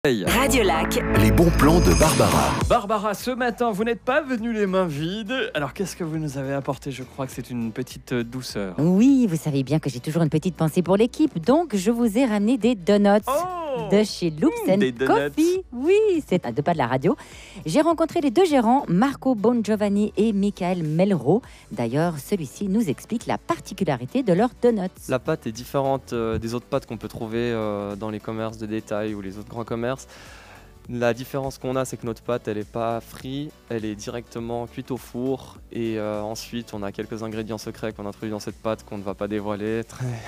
Hey. Radio Lac. Les bons plans de Barbara. Barbara, ce matin, vous n'êtes pas venue les mains vides. Alors, qu'est-ce que vous nous avez apporté? Je crois que c'est une petite douceur. Oui, vous savez bien que j'ai toujours une petite pensée pour l'équipe, donc je vous ai ramené des donuts. De chez Loops des and donuts. Coffee. Oui, c'est à deux pas de la radio. J'ai rencontré les deux gérants, Marco Bongiovanni et Michael Melro. D'ailleurs, celui-ci nous explique la particularité de leurs donuts. La pâte est différente des autres pâtes qu'on peut trouver dans les commerces de détail ou les autres grands commerces. La différence qu'on a, c'est que notre pâte, elle n'est pas frite, elle est directement cuite au four. Et ensuite, on a quelques ingrédients secrets qu'on introduit dans cette pâte qu'on ne va pas dévoiler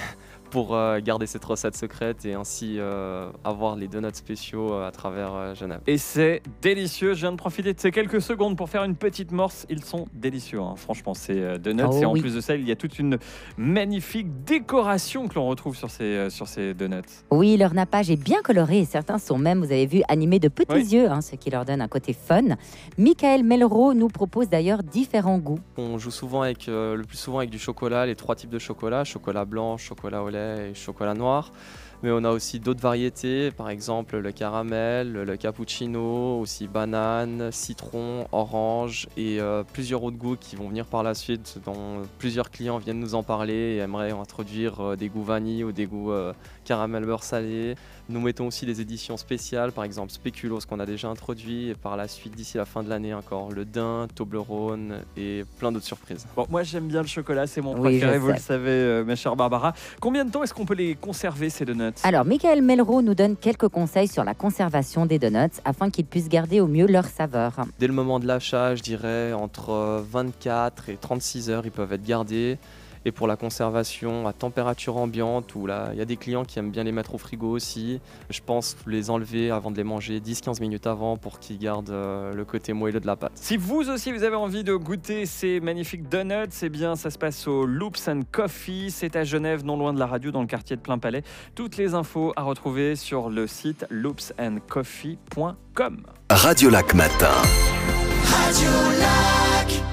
pour garder cette recette secrète et ainsi avoir les donuts spéciaux à travers Genève. Et c'est délicieux. Je viens de profiter de ces quelques secondes pour faire une petite morse. Ils sont délicieux, hein. Franchement, ces donuts. Oh et en oui. plus de ça, il y a toute une magnifique décoration que l'on retrouve sur ces donuts. Oui, leur nappage est bien coloré et certains sont même, vous avez vu, animés de petits Oui. yeux, ce qui leur donne un côté fun. Michael Melro nous propose d'ailleurs différents goûts. On joue souvent le plus souvent avec du chocolat, les trois types de chocolat, chocolat blanc, chocolat au lait et chocolat noir. Mais on a aussi d'autres variétés, par exemple le caramel, le cappuccino, aussi banane, citron, orange et plusieurs autres goûts qui vont venir par la suite, dont plusieurs clients viennent nous en parler et aimeraient introduire des goûts vanille ou des goûts caramel beurre salé. Nous mettons aussi des éditions spéciales, par exemple Spéculoos qu'on a déjà introduit et par la suite d'ici la fin de l'année encore le daim, Toblerone et plein d'autres surprises. Bon, moi, j'aime bien le chocolat. C'est mon Oui, préféré, je vous sais. le savez, ma chère Barbara. Combien de temps est-ce qu'on peut les conserver, ces donuts? Alors, Michael Melro nous donne quelques conseils sur la conservation des donuts afin qu'ils puissent garder au mieux leur saveur. Dès le moment de l'achat, je dirais entre 24 et 36 heures, ils peuvent être gardés. Et pour la conservation à température ambiante, où là, il y a des clients qui aiment bien les mettre au frigo aussi, je pense les enlever avant de les manger 10-15 minutes avant pour qu'ils gardent le côté moelleux de la pâte. Si vous aussi vous avez envie de goûter ces magnifiques donuts, eh bien ça se passe au Loops and Coffee, c'est à Genève, non loin de la radio, dans le quartier de Plainpalais. Toutes les infos à retrouver sur le site loopsandcoffee.com. Radio Lac Matin.